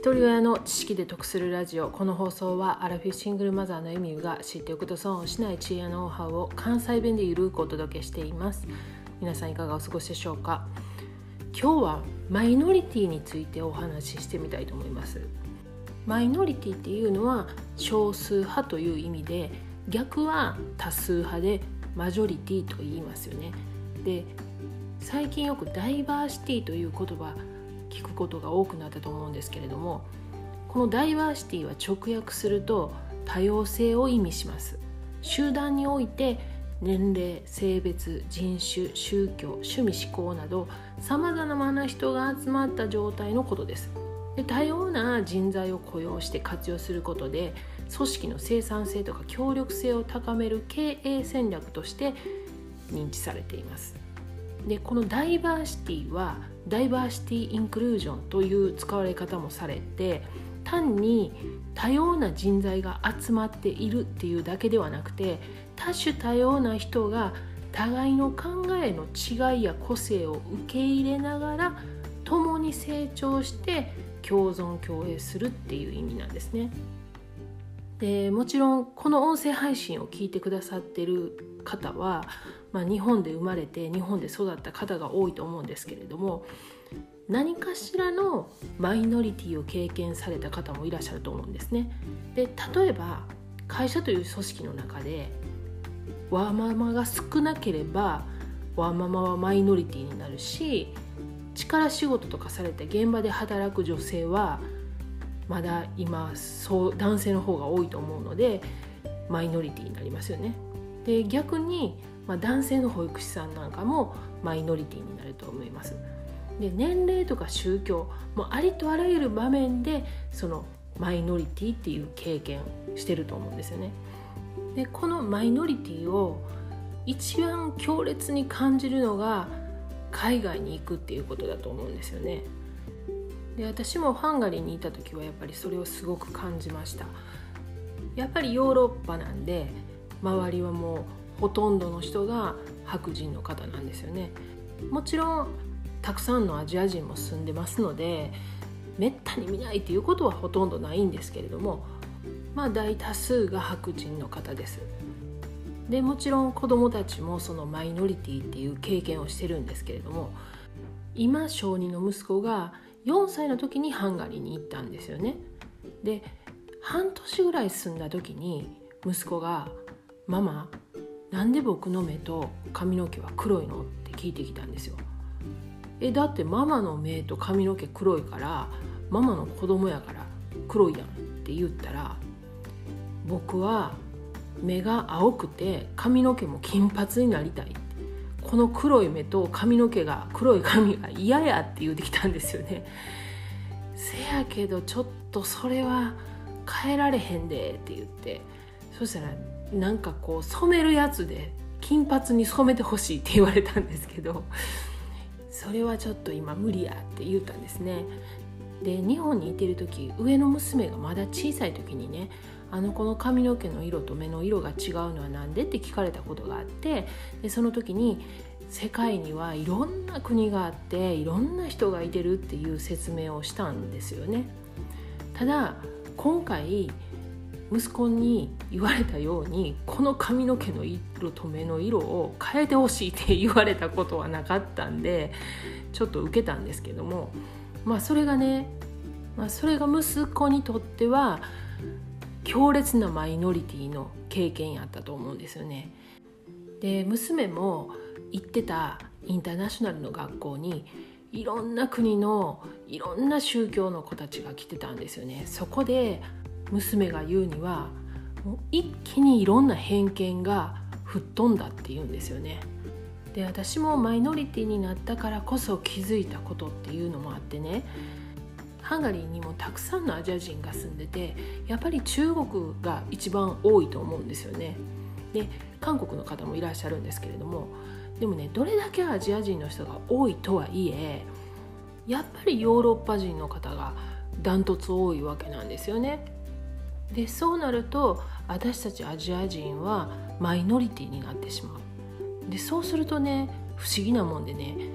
一人親の知識で得するラジオ。この放送はアラフィフシングルマザーのエミューが知っておくと損をしない知恵やノウハウを関西弁でゆるくお届けしています。皆さんいかがお過ごしでしょうか。今日はマイノリティについてお話ししてみたいと思います。マイノリティっていうのは少数派という意味で、逆は多数派でマジョリティと言いますよね。で、最近よくダイバーシティという言葉聞くことが多くなったと思うんですけれども、このダイバーシティは直訳すると多様性を意味します。集団において年齢、性別、人種、宗教、趣味思考などさまざまな人が集まった状態のことです。で、多様な人材を雇用して活用することで組織の生産性とか協力性を高める経営戦略として認知されています。で、このダイバーシティはダイバーシティインクルージョンという使われ方もされて、単に多様な人材が集まっているっていうだけではなくて、多種多様な人が互いの考えの違いや個性を受け入れながら共に成長して共存共栄するっていう意味なんですね。で、もちろんこの音声配信を聞いてくださっている方は、日本で生まれて日本で育った方が多いと思うんですけれども、何かしらのマイノリティを経験された方もいらっしゃると思うんですね。で、例えば会社という組織の中でワーママが少なければワーママはマイノリティになるし、力仕事とかされて現場で働く女性はまだ今男性の方が多いと思うのでマイノリティになりますよね。で、逆に、男性の保育士さんなんかもマイノリティになると思います。で、年齢とか宗教もありとあらゆる場面でそのマイノリティっていう経験してると思うんですよね。で、このマイノリティを一番強烈に感じるのが海外に行くっていうことだと思うんですよね。で、私もハンガリーにいた時はやっぱりそれをすごく感じました。やっぱりヨーロッパなんで周りはもうほとんどの人が白人の方なんですよね。もちろんたくさんのアジア人も住んでますのでめったに見ないということはほとんどないんですけれども、大多数が白人の方です。で、もちろん子どもたちもそのマイノリティっていう経験をしてるんですけれども、今小2の息子が4歳の時にハンガリーに行ったんですよね。で、半年ぐらい住んだ時に息子がママ、なんで僕の目と髪の毛は黒いのって聞いてきたんですよ。だってママの目と髪の毛黒いからママの子供やから黒いやんって言ったら、僕は目が青くて髪の毛も金髪になりたい、この黒い目と髪の毛が黒い髪が嫌やって言ってきたんですよね。せやけどちょっとそれは変えられへんでって言って、そしたらなんか染めるやつで金髪に染めてほしいって言われたんですけど、それはちょっと今無理やって言ったんですね。で、日本にいてる時、上の娘がまだ小さい時にね、あの子の髪の毛の色と目の色が違うのはなんでって聞かれたことがあって、でその時に世界にはいろんな国があっていろんな人がいてるっていう説明をしたんですよね。ただ今回息子に言われたようにこの髪の毛の色と目の色を変えてほしいって言われたことはなかったんでちょっと受けたんですけども、それがね、それが息子にとっては強烈なマイノリティの経験やったと思うんですよね。で、娘も行ってたインターナショナルの学校にいろんな国のいろんな宗教の子たちが来てたんですよね。そこで娘が言うにはもう一気にいろんな偏見が吹っ飛んだっていうんですよね。で、私もマイノリティになったからこそ気づいたことっていうのもあってね、ハンガリーにもたくさんのアジア人が住んでて、やっぱり中国が一番多いと思うんですよね。で、韓国の方もいらっしゃるんですけれども、でもね、どれだけアジア人の人が多いとはいえやっぱりヨーロッパ人の方がダントツ多いわけなんですよね。で、そうなると私たちアジア人はマイノリティになってしまう。で、そうするとね、不思議なもんでね、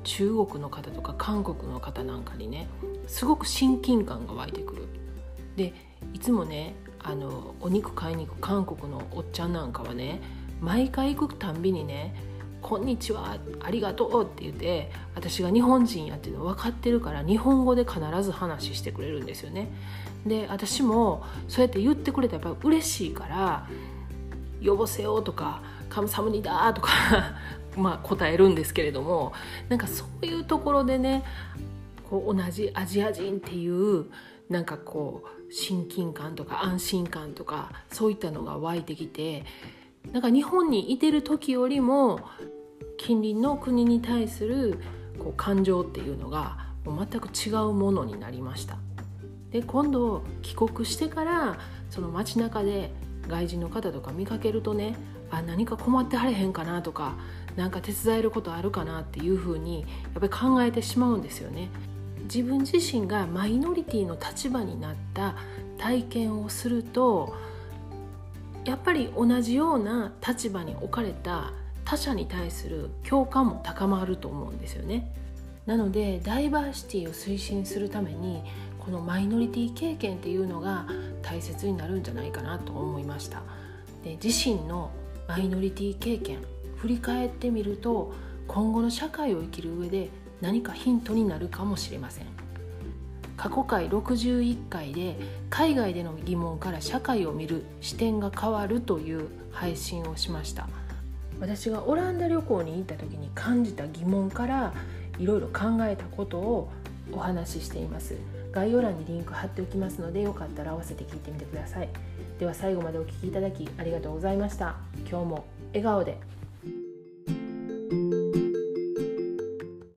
中国の方とか韓国の方なんかにねすごく親近感が湧いてくる。でいつもねお肉買いに行く韓国のおっちゃんなんかはね毎回行くたんびにねこんにちはありがとうって言って私が日本人やっていうの分かってるから日本語で必ず話してくれるんですよね。で私もそうやって言ってくれたらやっぱ嬉しいからよぼせよとかカムサムニダとか答えるんですけれども、なんかそういうところでねこう同じアジア人っていうなんかこう親近感とか安心感とかそういったのが湧いてきて、なんか日本にいてる時よりも近隣の国に対するこう感情っていうのがもう全く違うものになりました。で今度帰国してからその街中で外人の方とか見かけるとね、何か困ってはれへんかなとか、なんか手伝えることあるかなっていうふうにやっぱり考えてしまうんですよね。自分自身がマイノリティの立場になった体験をするとやっぱり同じような立場に置かれた他者に対する共感も高まると思うんですよね。なのでダイバーシティを推進するためにこのマイノリティ経験っていうのが大切になるんじゃないかなと思いました。で自身のマイノリティ経験振り返ってみると今後の社会を生きる上で何かヒントになるかもしれません。過去回61回で海外での疑問から社会を見る視点が変わるという配信をしました。私がオランダ旅行に行った時に感じた疑問からいろいろ考えたことをお話ししています。概要欄にリンク貼っておきますのでよかったら合わせて聞いてみてください。では最後までお聞きいただきありがとうございました。今日も笑顔で。